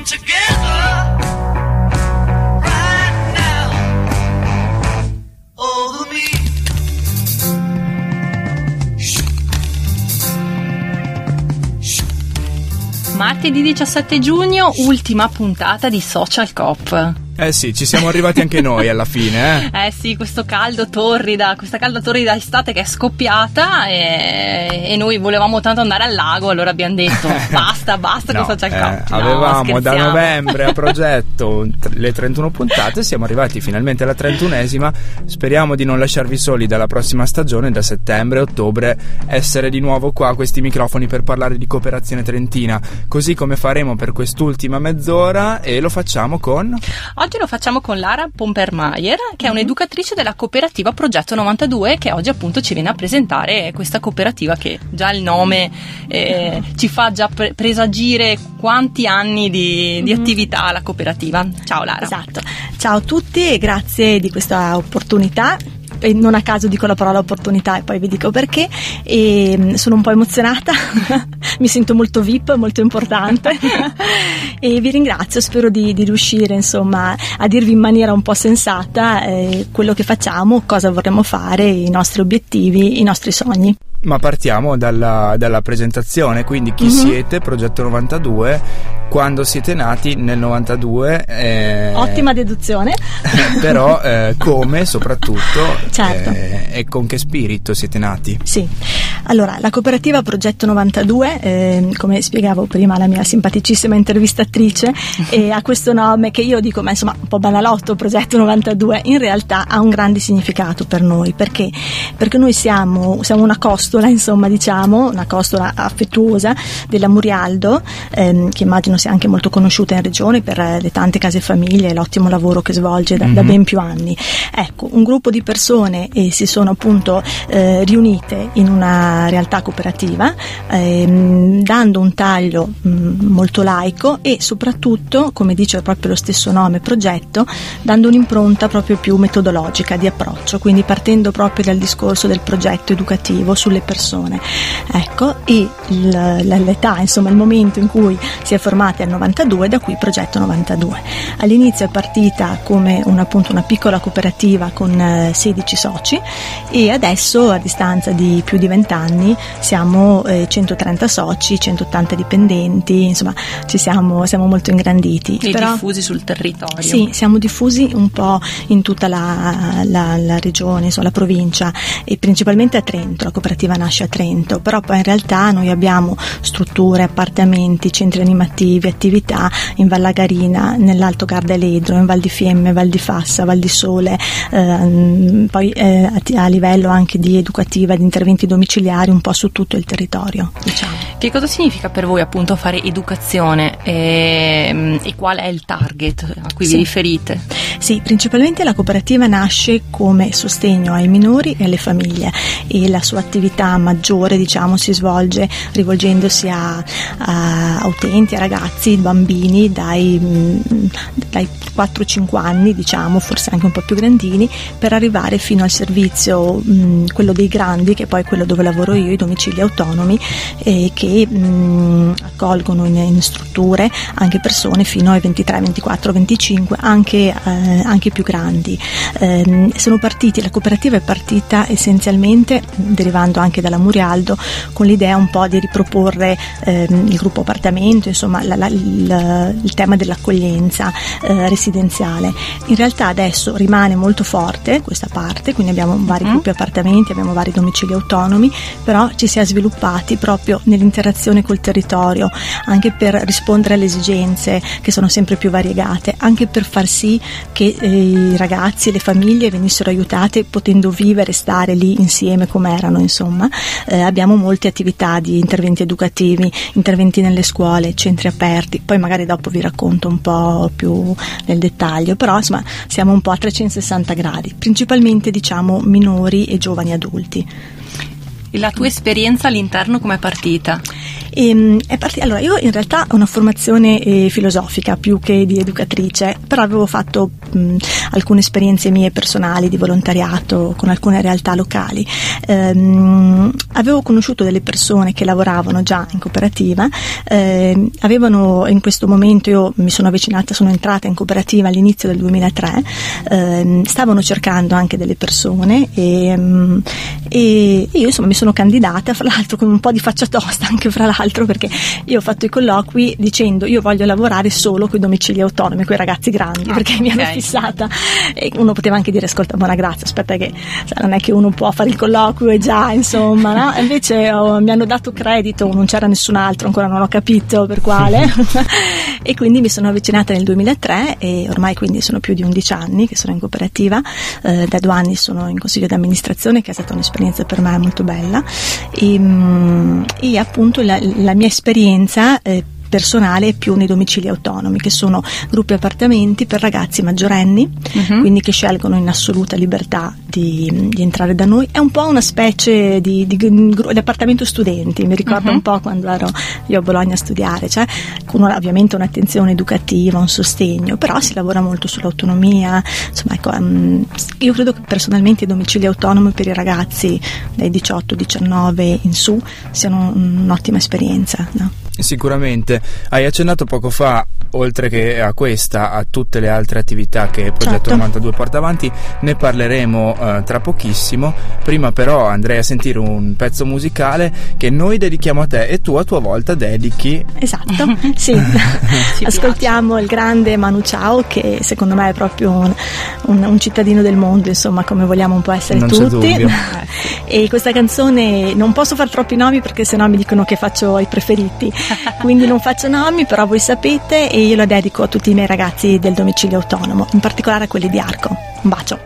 together right now over me. Martedì 17 giugno, ultima puntata di Social Coop. Eh sì, ci siamo arrivati anche noi alla fine, Eh sì, questa calda torrida estate che è scoppiata e noi volevamo tanto andare al lago, allora abbiamo detto basta No, con Social Coop. avevamo da novembre a progetto le 31 puntate, siamo arrivati finalmente alla 31esima. Speriamo di non lasciarvi soli dalla prossima stagione, da settembre, ottobre, essere di nuovo qua a questi microfoni per parlare di cooperazione trentina, così come faremo per quest'ultima mezz'ora, e lo facciamo con... Oggi lo facciamo con Lara Pompermayer, che è un'educatrice della cooperativa Progetto 92, che oggi appunto ci viene a presentare questa cooperativa che già il nome ci fa già presagire quanti anni di attività la cooperativa. Ciao Lara. Esatto, ciao a tutti e grazie di questa opportunità. E non a caso dico la parola opportunità e poi vi dico perché, e sono un po' emozionata mi sento molto VIP, molto importante e vi ringrazio, spero di riuscire insomma a dirvi in maniera un po' sensata quello che facciamo, cosa vorremmo fare, i nostri obiettivi, i nostri sogni. Ma partiamo dalla presentazione, quindi chi siete, Progetto 92, quando siete nati nel 92, ottima deduzione però come soprattutto, certo. E con che spirito siete nati? Sì, allora la cooperativa Progetto 92, come spiegavo prima alla mia simpaticissima intervistatrice, ha questo nome che io dico ma insomma un po' banalotto, Progetto 92, in realtà ha un grande significato per noi, perché noi siamo una costola, insomma, diciamo una costola affettuosa della Murialdo, che immagino sia anche molto conosciuta in regione per le tante case famiglie e l'ottimo lavoro che svolge da ben più anni. Ecco, un gruppo di persone si sono appunto riunite in una realtà cooperativa, dando un taglio molto laico e soprattutto, come dice proprio lo stesso nome, progetto, dando un'impronta proprio più metodologica di approccio, quindi partendo proprio dal discorso del progetto educativo sulle persone. Ecco, e l'età, insomma il momento in cui si è formati al 92, da qui Progetto 92. All'inizio è partita come una piccola cooperativa con 16 soci e adesso, a distanza di più di 20 anni, siamo 130 soci, 180 dipendenti, insomma siamo molto ingranditi. E diffusi sul territorio. Sì, siamo diffusi un po' in tutta la regione, insomma la provincia, e principalmente a Trento. La cooperativa nasce a Trento, però poi in realtà noi abbiamo strutture, appartamenti, centri animativi, attività in Vallagarina, nell'Alto Gardaledro, in Val di Fiemme, Val di Fassa, Val di Sole, poi a livello anche di educativa, di interventi domiciliari un po' su tutto il territorio, diciamo. Che cosa significa per voi appunto fare educazione e qual è il target a cui vi riferite? Sì, principalmente la cooperativa nasce come sostegno ai minori e alle famiglie, e la sua attività maggiore, diciamo, si svolge rivolgendosi a utenti, a ragazzi, bambini dai 4-5 anni, diciamo, forse anche un po' più grandini, per arrivare fino al servizio, quello dei grandi, che è poi quello dove lavoro io, i domicili autonomi, che accolgono in strutture anche persone fino ai 23, 24, 25, anche più grandi. La cooperativa è partita essenzialmente, derivando anche dalla Murialdo, con l'idea un po' di riproporre il gruppo appartamento, insomma il tema dell'accoglienza residenziale. In realtà adesso rimane molto forte questa parte, quindi abbiamo vari gruppi appartamenti, abbiamo vari domicili autonomi, però ci si è sviluppati proprio nell'interazione col territorio, anche per rispondere alle esigenze che sono sempre più variegate, anche per far sì che i ragazzi e le famiglie venissero aiutate, potendo vivere e stare lì insieme come erano, insomma. Abbiamo molte attività di interventi educativi, interventi nelle scuole, centri aperti, poi magari dopo vi racconto un po' più nel dettaglio, però insomma siamo un po' a 360 gradi, principalmente diciamo minori e giovani adulti. La tua esperienza all'interno com'è partita? Allora, io in realtà ho una formazione filosofica più che di educatrice, però avevo fatto alcune esperienze mie personali di volontariato con alcune realtà locali. Avevo conosciuto delle persone che lavoravano già in cooperativa, avevano in questo momento, io mi sono avvicinata, sono entrata in cooperativa all'inizio del 2003, stavano cercando anche delle persone e io insomma mi sono candidata, fra l'altro con un po' di faccia tosta anche fra l'altro, perché io ho fatto i colloqui dicendo io voglio lavorare solo con i domicili autonomi, con i ragazzi grandi, perché mi hanno fissata, e uno poteva anche dire ascolta, buona grazia, aspetta che non è che uno può fare il colloquio e già insomma, no? Invece mi hanno dato credito, non c'era nessun altro, ancora non ho capito per quale e quindi mi sono avvicinata nel 2003 e ormai quindi sono più di 11 anni che sono in cooperativa, da 2 anni sono in consiglio di amministrazione, che è stata un'esperienza per me molto bella, e appunto la mia esperienza personale più nei domicili autonomi, che sono gruppi appartamenti per ragazzi maggiorenni, quindi che scelgono in assoluta libertà di entrare da noi. È un po' una specie di appartamento studenti, mi ricorda un po' quando ero io a Bologna a studiare, cioè con ovviamente un'attenzione educativa, un sostegno, però si lavora molto sull'autonomia, insomma, ecco, io credo che personalmente i domicili autonomi per i ragazzi dai 18-19 in su siano un'ottima esperienza, no? Sicuramente. Hai accennato poco fa, oltre che a questa, a tutte le altre attività che Progetto 92 porta avanti. Ne parleremo tra pochissimo. Prima però andrei a sentire un pezzo musicale che noi dedichiamo a te e tu a tua volta dedichi. Esatto, sì. Ascoltiamo il grande Manu Chao, che secondo me è proprio un cittadino del mondo, insomma, come vogliamo un po' essere non tutti. C'è dubbio. E questa canzone non posso fare troppi nomi perché sennò mi dicono che faccio i preferiti, quindi non faccio nomi, però voi sapete, e io la dedico a tutti i miei ragazzi del domicilio autonomo, in particolare a quelli di Arco. Un bacio.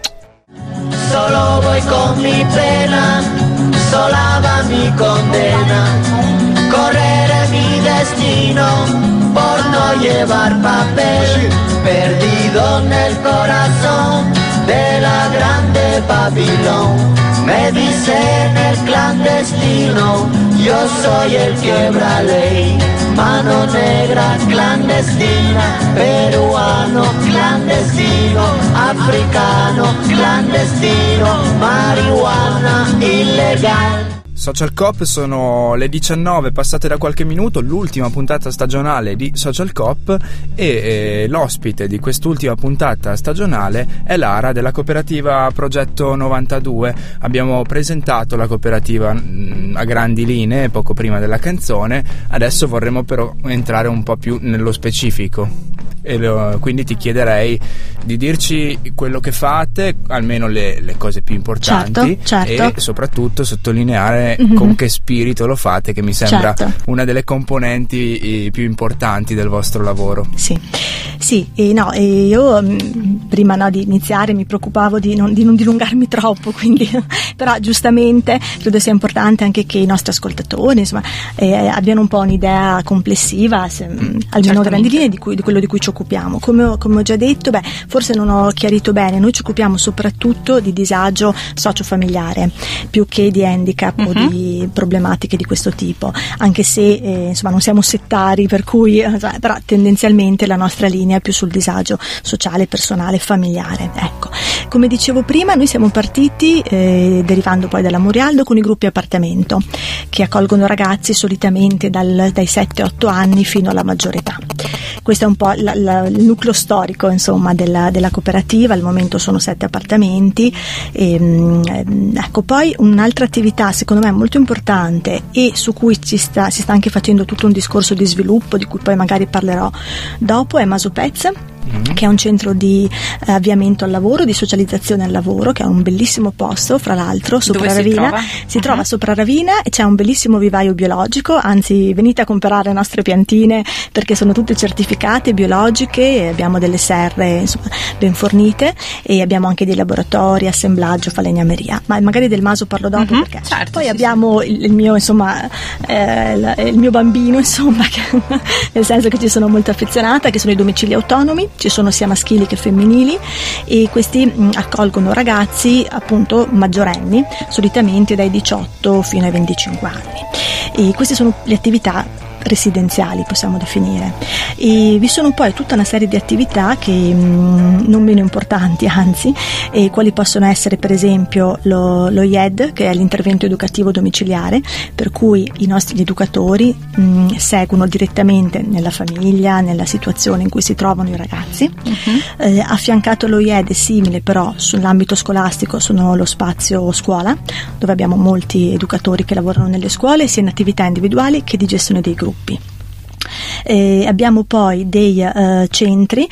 Solo voy con mi pena, sola va mi condena, correre mi destino por no llevar papel, perdido en el corazón de la grande Babilón. Me dicen el clandestino, yo soy el quiebra ley, mano negra clandestina, peruano clandestino, africano clandestino, marihuana ilegal. Social Coop, sono le 19 passate da qualche minuto, l'ultima puntata stagionale di Social Coop, e l'ospite di quest'ultima puntata stagionale è Lara della cooperativa Progetto 92. Abbiamo presentato la cooperativa a grandi linee poco prima della canzone, adesso vorremmo però entrare un po' più nello specifico e quindi ti chiederei di dirci quello che fate, almeno le cose più importanti, certo. E soprattutto sottolineare con che spirito lo fate, che mi sembra una delle componenti più importanti del vostro lavoro. Io prima di iniziare mi preoccupavo di non dilungarmi troppo, quindi però giustamente credo sia importante anche che i nostri ascoltatori, insomma, abbiano un po' un'idea complessiva, almeno a grandi linee, di quello di cui ci occupiamo. Come ho già detto, forse non ho chiarito bene, noi ci occupiamo soprattutto di disagio sociofamiliare più che di handicap o di problematiche di questo tipo, anche se insomma non siamo settari, per cui però tendenzialmente la nostra linea è più sul disagio sociale, personale, familiare. Ecco, come dicevo prima, noi siamo partiti derivando poi dalla Murialdo con i gruppi appartamento che accolgono ragazzi solitamente dai 7-8 anni fino alla maggiore età. Questo è un po' il nucleo storico, insomma, della cooperativa. Al momento sono 7 appartamenti. Ecco, poi un'altra attività secondo me molto importante e su cui si sta anche facendo tutto un discorso di sviluppo, di cui poi magari parlerò dopo, è Masopez, che è un centro di avviamento al lavoro, di socializzazione al lavoro, che è un bellissimo posto, fra l'altro, sopra Ravina. Si trova sopra Ravina e c'è un bellissimo vivaio biologico, anzi venite a comprare le nostre piantine perché sono tutte certificate biologiche, abbiamo delle serre, insomma, ben fornite, e abbiamo anche dei laboratori, assemblaggio, falegnameria, ma magari del Maso parlo dopo, perché poi abbiamo il mio, insomma, il mio bambino, insomma, nel senso che ci sono molto affezionata, che sono i domicili autonomi. Ci sono sia maschili che femminili, e questi accolgono ragazzi appunto maggiorenni, solitamente dai 18 fino ai 25 anni, e queste sono le attività residenziali, possiamo definire. E vi sono poi tutta una serie di attività che non meno importanti, anzi, quali possono essere per esempio lo IED, che è l'intervento educativo domiciliare, per cui i nostri educatori seguono direttamente nella famiglia, nella situazione in cui si trovano i ragazzi. Affiancato allo IED è simile, però sull'ambito scolastico, sono lo spazio scuola, dove abbiamo molti educatori che lavorano nelle scuole sia in attività individuali che di gestione dei gruppi. Abbiamo poi dei centri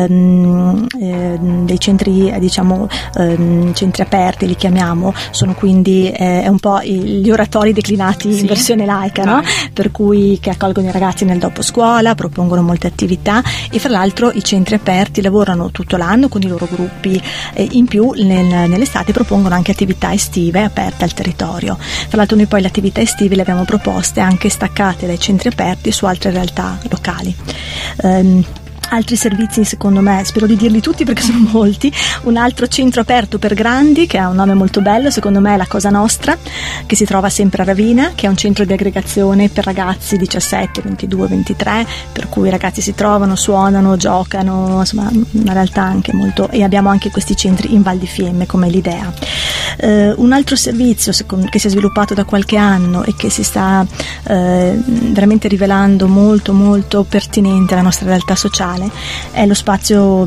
diciamo centri aperti, li chiamiamo, sono quindi è un po' gli oratori declinati in versione laica, no? Per cui che accolgono i ragazzi nel dopo scuola, propongono molte attività, e fra l'altro i centri aperti lavorano tutto l'anno con i loro gruppi, in più nell'estate propongono anche attività estive aperte al territorio. Fra l'altro noi poi le attività estive le abbiamo proposte anche staccate dai centri aperti su altre realtà locali. Altri servizi, secondo me, spero di dirli tutti perché sono molti. Un altro centro aperto per grandi, che ha un nome molto bello, secondo me è la Cosa Nostra, che si trova sempre a Ravina, che è un centro di aggregazione per ragazzi 17, 22, 23, per cui i ragazzi si trovano, suonano, giocano, insomma una realtà anche molto, e abbiamo anche questi centri in Val di Fiemme come l'idea. Un altro servizio che si è sviluppato da qualche anno e che si sta veramente rivelando molto molto pertinente alla nostra realtà sociale è lo spazio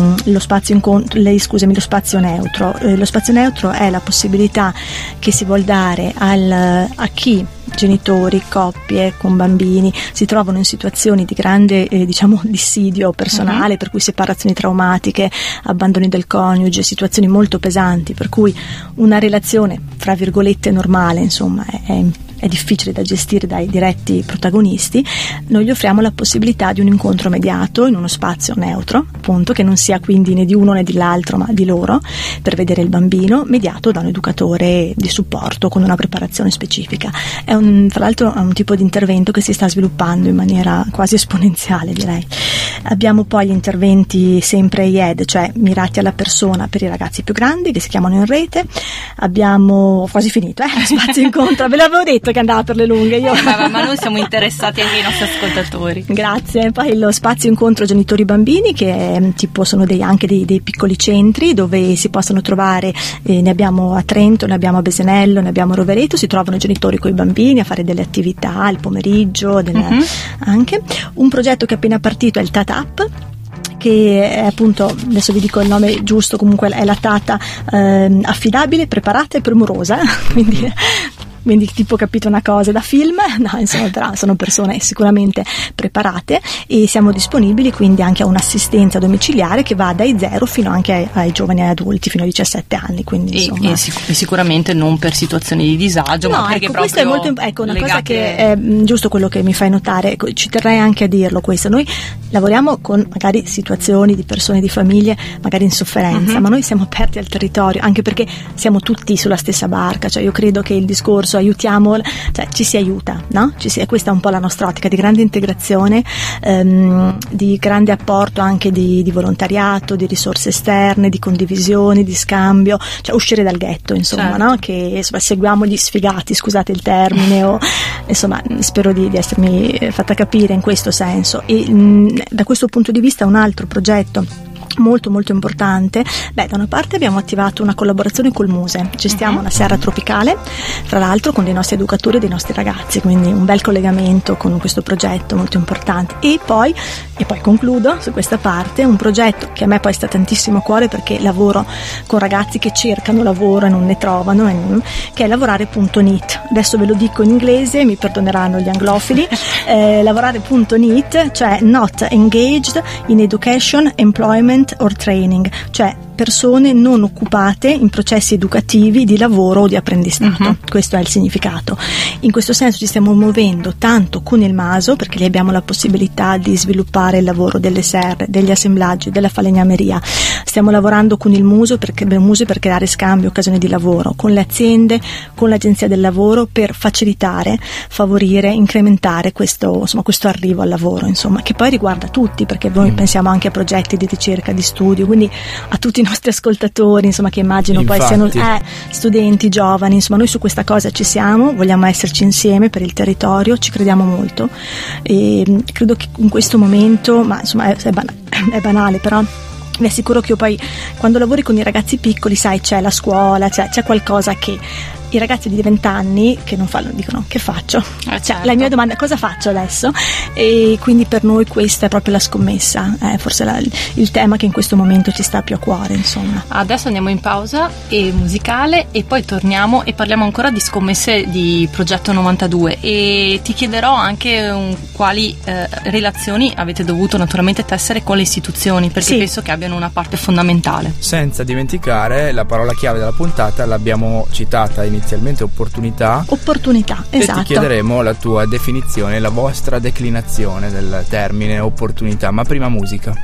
neutro. Lo spazio neutro è la possibilità che si vuol dare a chi, genitori, coppie con bambini, si trovano in situazioni di grande dissidio personale, per cui separazioni traumatiche, abbandoni del coniuge, situazioni molto pesanti, per cui una relazione fra virgolette normale, insomma, è difficile da gestire dai diretti protagonisti. Noi gli offriamo la possibilità di un incontro mediato in uno spazio neutro, appunto, che non sia quindi né di uno né dell'altro ma di loro, per vedere il bambino, mediato da un educatore di supporto con una preparazione specifica. Tra l'altro è un tipo di intervento che si sta sviluppando in maniera quasi esponenziale, direi. Abbiamo poi gli interventi sempre IED, cioè mirati alla persona, per i ragazzi più grandi, che si chiamano In Rete. Abbiamo quasi finito, spazio incontro, ve l'avevo detto che andava per le lunghe io. Ma noi siamo interessati anche ai nostri ascoltatori. Grazie. Poi lo spazio incontro genitori bambini, che è sono anche dei piccoli centri dove si possono trovare, ne abbiamo a Trento, ne abbiamo a Besenello, ne abbiamo a Rovereto, si trovano i genitori con i bambini a fare delle attività il pomeriggio, anche un progetto che è appena partito è il TATAP, che è appunto, adesso vi dico il nome giusto, comunque è la tata affidabile, preparata e premurosa, quindi tipo, capito, una cosa da film, no, insomma, però sono persone sicuramente preparate, e siamo disponibili quindi anche a un'assistenza domiciliare che va dai 0 fino anche ai giovani adulti fino ai 17 anni, quindi insomma. E sicuramente non per situazioni di disagio, ma perché proprio questo è molto una cosa che è giusto quello che mi fai notare, ci terrei anche a dirlo questo. Noi lavoriamo con magari situazioni di persone, di famiglie magari in sofferenza, ma noi siamo aperti al territorio, anche perché siamo tutti sulla stessa barca, cioè io credo che il discorso aiutiamo, cioè ci si aiuta, no? Questa è un po' la nostra ottica di grande integrazione, di grande apporto anche di volontariato, di risorse esterne, di condivisione, di scambio, cioè uscire dal ghetto, insomma, certo. No? Che insomma, seguiamo gli sfigati, scusate il termine, o insomma spero di essermi fatta capire in questo senso. E da questo punto di vista un altro progetto molto molto importante, da una parte abbiamo attivato una collaborazione col Muse, gestiamo una serra tropicale, tra l'altro con dei nostri educatori e dei nostri ragazzi, quindi un bel collegamento con questo progetto molto importante. E poi concludo su questa parte, un progetto che a me poi sta tantissimo a cuore, perché lavoro con ragazzi che cercano lavoro e non ne trovano, che è lavorare.NEET. Adesso ve lo dico in inglese, mi perdoneranno gli anglofili. Lavorare.NEET, cioè Not Engaged in Education, Employment or Training, cioè persone non occupate in processi educativi di lavoro o di apprendistato. Questo è il significato. In questo senso ci stiamo muovendo tanto con il MASO, perché lì abbiamo la possibilità di sviluppare il lavoro delle serre, degli assemblaggi, della falegnameria. Stiamo lavorando con il Muse per creare scambio, occasioni di lavoro, con le aziende, con l'agenzia del lavoro, per facilitare, favorire, incrementare questo arrivo al lavoro, insomma, che poi riguarda tutti, perché noi pensiamo anche a progetti di ricerca, di studio, quindi a tutti i nostri ascoltatori, insomma, che immagino poi siano studenti, giovani, insomma, noi su questa cosa ci siamo, vogliamo esserci insieme per il territorio, ci crediamo molto e credo che in questo momento, ma insomma è banale, però vi assicuro che io poi quando lavori con i ragazzi piccoli, sai, c'è la scuola, c'è qualcosa che i ragazzi di 20 anni che non fanno, dicono: che faccio? Certo. La mia domanda è: cosa faccio adesso? E quindi per noi questa è proprio la scommessa, forse il tema che in questo momento ci sta più a cuore, insomma. Adesso andiamo in pausa musicale e poi torniamo e parliamo ancora di scommesse di Progetto 92 e ti chiederò anche quali relazioni avete dovuto naturalmente tessere con le istituzioni, perché penso che abbiano una parte fondamentale. Senza dimenticare la parola chiave della puntata, l'abbiamo citata inizialmente, opportunità, esatto. E ti chiederemo la tua definizione, la vostra declinazione del termine opportunità, ma prima musica.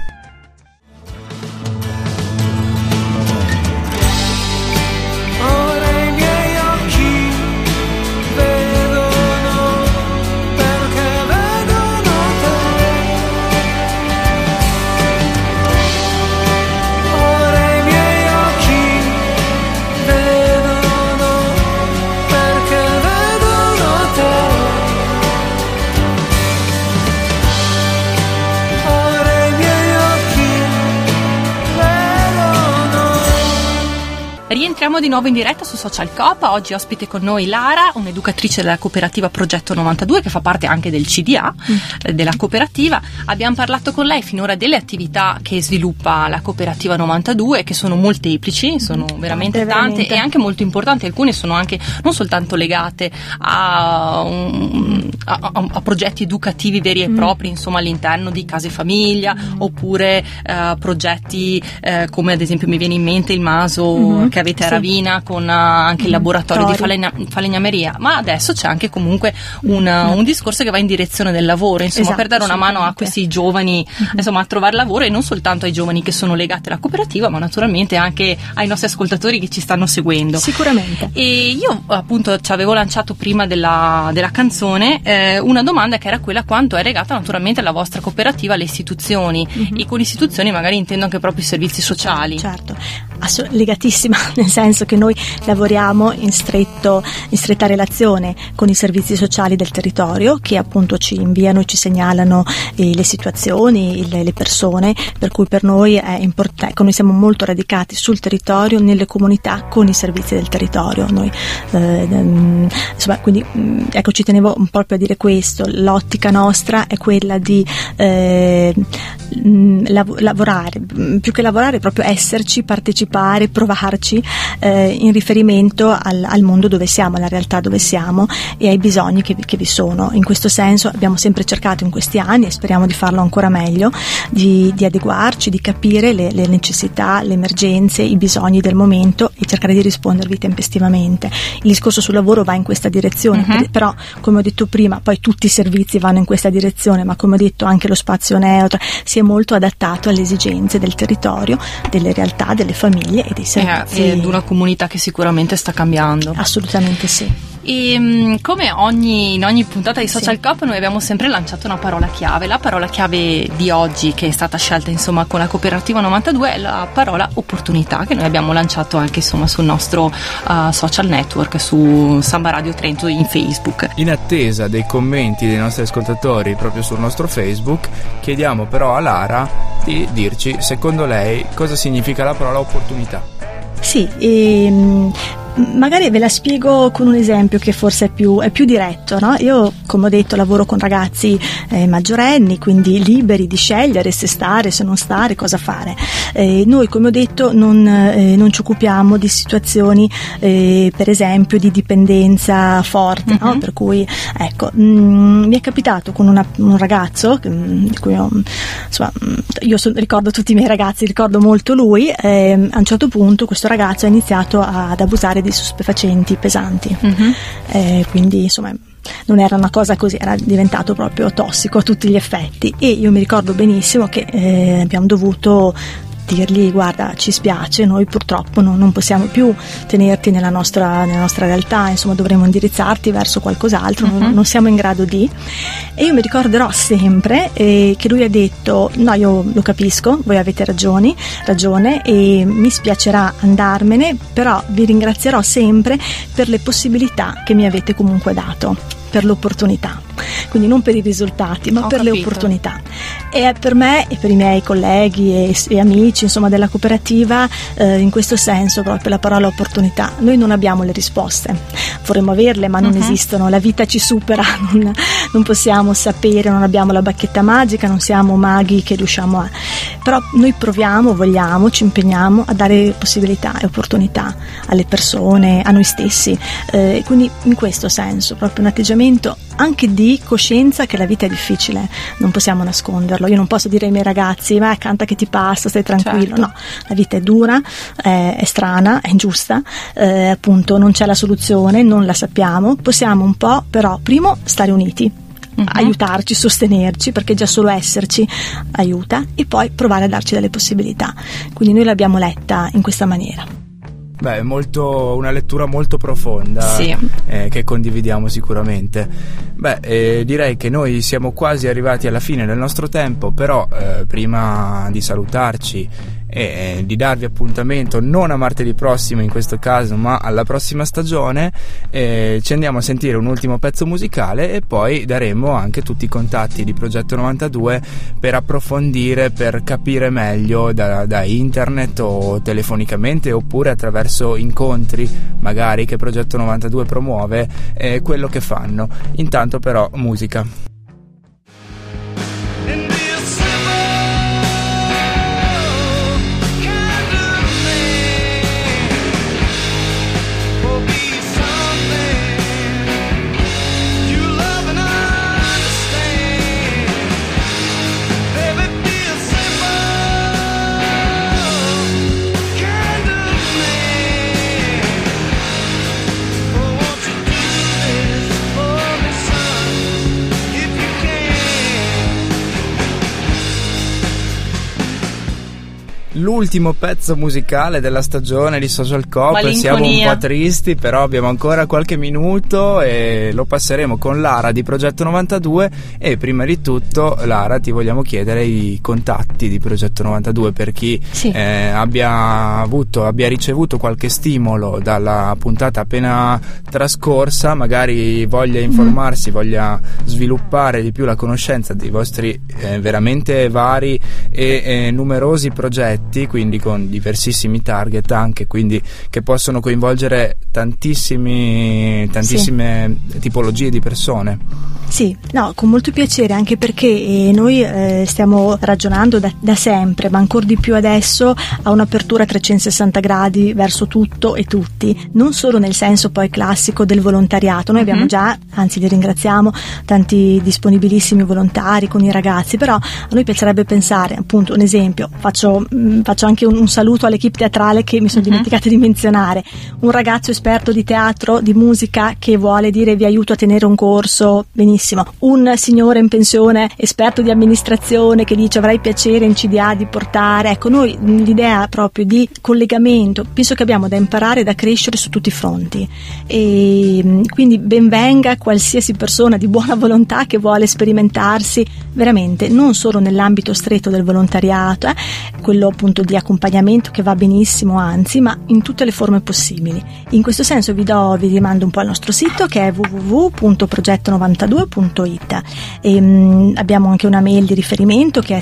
Rientriamo di nuovo in diretta su Social Coop. Oggi ospite con noi Lara, un'educatrice della cooperativa Progetto 92 che fa parte anche del CDA della cooperativa. Abbiamo parlato con lei finora delle attività che sviluppa la cooperativa 92, che sono molteplici, sono veramente tante e anche molto importanti. Alcune sono anche non soltanto legate a progetti educativi veri e propri, insomma, all'interno di case famiglia, oppure progetti come ad esempio mi viene in mente il Maso che avete a Ravina, con anche il laboratorio di falegnameria, ma adesso c'è anche comunque un discorso che va in direzione del lavoro, insomma, per dare una mano a questi giovani, insomma, a trovare lavoro, e non soltanto ai giovani che sono legati alla cooperativa, ma naturalmente anche ai nostri ascoltatori che ci stanno seguendo. Sicuramente. E io appunto ci avevo lanciato prima della canzone una domanda che era quella: quanto è legata naturalmente alla vostra cooperativa alle istituzioni, e con istituzioni magari intendo anche proprio i servizi sociali. Certo, legatissima, nel senso che noi lavoriamo in stretta relazione con i servizi sociali del territorio, che appunto ci inviano e ci segnalano le situazioni, le persone, per cui per noi è importante. Noi siamo molto radicati sul territorio, nelle comunità, con i servizi del territorio. Noi insomma, quindi ecco, ci tenevo un po' a dire questo. L'ottica nostra è quella di lavorare, più che lavorare, proprio esserci, partecipare, provarci in riferimento al mondo dove siamo, alla realtà dove siamo e ai bisogni che vi sono. In questo senso abbiamo sempre cercato in questi anni, e speriamo di farlo ancora meglio, di adeguarci, di capire le necessità, le emergenze, i bisogni del momento e cercare di rispondervi tempestivamente. Il discorso sul lavoro va in questa direzione, però come ho detto prima, poi tutti i servizi vanno in questa direzione, ma come ho detto anche lo spazio neutro si è molto adattato alle esigenze del territorio, delle realtà, delle famiglie e dei servizi. Ed una comunità che sicuramente sta cambiando. Assolutamente sì. E come in ogni puntata di Social Coop noi abbiamo sempre lanciato una parola chiave. La parola chiave di oggi, che è stata scelta insomma con la cooperativa 92, è la parola opportunità, che noi abbiamo lanciato anche insomma sul nostro social network, su Samba Radio Trento in Facebook. In attesa dei commenti dei nostri ascoltatori proprio sul nostro Facebook, chiediamo però a Lara di dirci, secondo lei, cosa significa la parola opportunità. Sì, magari ve la spiego con un esempio che forse è più diretto, no? Io, come ho detto, lavoro con ragazzi maggiorenni, quindi liberi di scegliere se stare, se non stare, cosa fare. Noi, come ho detto, non ci occupiamo di situazioni per esempio di dipendenza forte, no? Per cui ecco, mi è capitato con un ragazzo di cui ricordo tutti i miei ragazzi, ricordo molto lui, a un certo punto questo ragazzo ha iniziato ad abusare di stupefacenti pesanti, quindi insomma non era una cosa così, era diventato proprio tossico a tutti gli effetti, e io mi ricordo benissimo che abbiamo dovuto dirgli: guarda, ci spiace, noi purtroppo non possiamo più tenerti nella nostra realtà, insomma dovremo indirizzarti verso qualcos'altro, non siamo in grado di. E io mi ricorderò sempre che lui ha detto: no, io lo capisco, voi avete ragione e mi spiacerà andarmene, però vi ringrazierò sempre per le possibilità che mi avete comunque dato, per l'opportunità, quindi non per i risultati ma per le opportunità. E per me e per i miei colleghi e amici, insomma, della cooperativa, in questo senso proprio la parola opportunità. Noi non abbiamo le risposte, vorremmo averle ma non esistono, la vita ci supera, non possiamo sapere, non abbiamo la bacchetta magica, non siamo maghi che riusciamo a, però noi proviamo, vogliamo, ci impegniamo a dare possibilità e opportunità alle persone, a noi stessi, quindi in questo senso proprio un atteggiamento anche di coscienza che la vita è difficile, non possiamo nasconderlo. Io non posso dire ai miei ragazzi: ma canta che ti passa, stai tranquillo. Certo. No, la vita è dura, è strana, è ingiusta, appunto non c'è la soluzione, non la sappiamo, possiamo un po' però primo stare uniti, aiutarci, sostenerci, perché già solo esserci aiuta, e poi provare a darci delle possibilità. Quindi noi l'abbiamo letta in questa maniera. Beh, una lettura molto profonda, sì. Che condividiamo sicuramente. Beh, direi che noi siamo quasi arrivati alla fine del nostro tempo, però prima di salutarci e di darvi appuntamento non a martedì prossimo in questo caso, ma alla prossima stagione, ci andiamo a sentire un ultimo pezzo musicale e poi daremo anche tutti i contatti di Progetto 92 per approfondire, per capire meglio da internet o telefonicamente oppure attraverso incontri magari che Progetto 92 promuove, quello che fanno. Intanto però musica. L'ultimo pezzo musicale della stagione di Social Coop. Siamo un po' tristi, però abbiamo ancora qualche minuto e lo passeremo con Lara di Progetto 92. E prima di tutto, Lara, ti vogliamo chiedere i contatti di Progetto 92 per chi abbia ricevuto qualche stimolo dalla puntata appena trascorsa, magari voglia informarsi, voglia sviluppare di più la conoscenza dei vostri veramente vari e numerosi progetti, quindi con diversissimi target anche, quindi che possono coinvolgere tantissime tipologie di persone. Sì, no, con molto piacere, anche perché noi stiamo ragionando da sempre, ma ancora di più adesso, a un'apertura a 360 gradi verso tutto e tutti, non solo nel senso poi classico del volontariato. Noi abbiamo già, anzi li ringraziamo, tanti disponibilissimi volontari con i ragazzi, però a noi piacerebbe pensare, appunto, un esempio, faccio anche un saluto all'equipe teatrale che mi sono dimenticata di menzionare, un ragazzo esperto di teatro, di musica, che vuole dire: vi aiuto a tenere un corso, benissimo. Un signore in pensione esperto di amministrazione che dice: avrei piacere in CDA di portare. Ecco, noi l'idea proprio di collegamento, penso che abbiamo da imparare e da crescere su tutti i fronti, e quindi ben venga qualsiasi persona di buona volontà che vuole sperimentarsi veramente, non solo nell'ambito stretto del volontariato, quello appunto di accompagnamento, che va benissimo, anzi, ma in tutte le forme possibili. In questo senso vi rimando un po' al nostro sito, che è www.progetto92.it, e abbiamo anche una mail di riferimento che è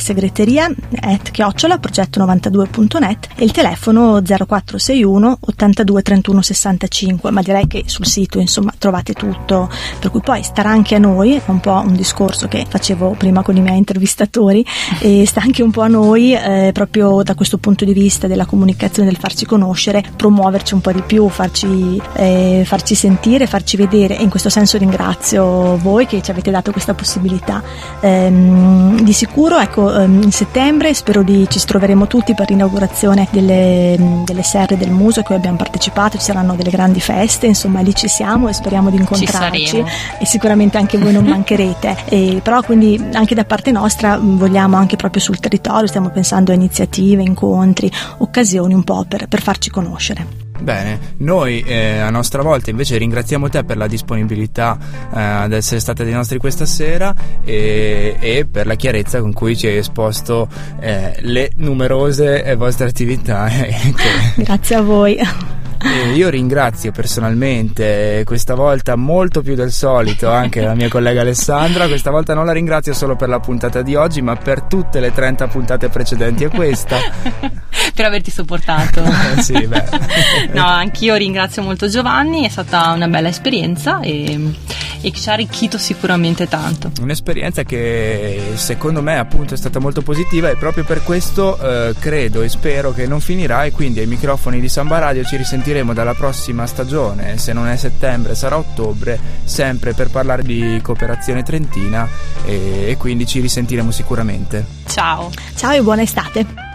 segreteria@progetto92.net e il telefono 0461 82 31 65, ma direi che sul sito insomma trovate tutto, per cui poi starà anche a noi, è un po' un discorso che facevo prima con i miei intervistatori, e sta anche un po' a noi proprio da questo punto di vista della comunicazione, del farci conoscere, promuoverci un po' di più, farci sentire, farci vedere, e in questo senso ringrazio voi che che ci avete dato questa possibilità. Di sicuro, ecco, in settembre ci troveremo tutti per l'inaugurazione delle serre del Muso a cui abbiamo partecipato, ci saranno delle grandi feste, insomma lì ci siamo e speriamo di incontrarci e sicuramente anche voi non mancherete. Però quindi anche da parte nostra vogliamo anche proprio sul territorio, stiamo pensando a iniziative, incontri, occasioni un po' per farci conoscere. Bene, noi a nostra volta invece ringraziamo te per la disponibilità ad essere stata dei nostri questa sera e per la chiarezza con cui ci hai esposto le numerose vostre attività. Grazie a voi. Io ringrazio personalmente questa volta molto più del solito anche la mia collega Alessandra. Questa volta non la ringrazio solo per la puntata di oggi, ma per tutte le 30 puntate precedenti a questa. Per averti sopportato. Sì, beh. No, anch'io ringrazio molto Giovanni, è stata una bella esperienza e ci ha arricchito sicuramente tanto. Un'esperienza che secondo me appunto è stata molto positiva e proprio per questo credo e spero che non finirà, e quindi ai microfoni di Samba Radio ci risentiremo dalla prossima stagione, se non è settembre sarà ottobre, sempre per parlare di cooperazione trentina, e quindi ci risentiremo sicuramente. Ciao. Ciao e buona estate.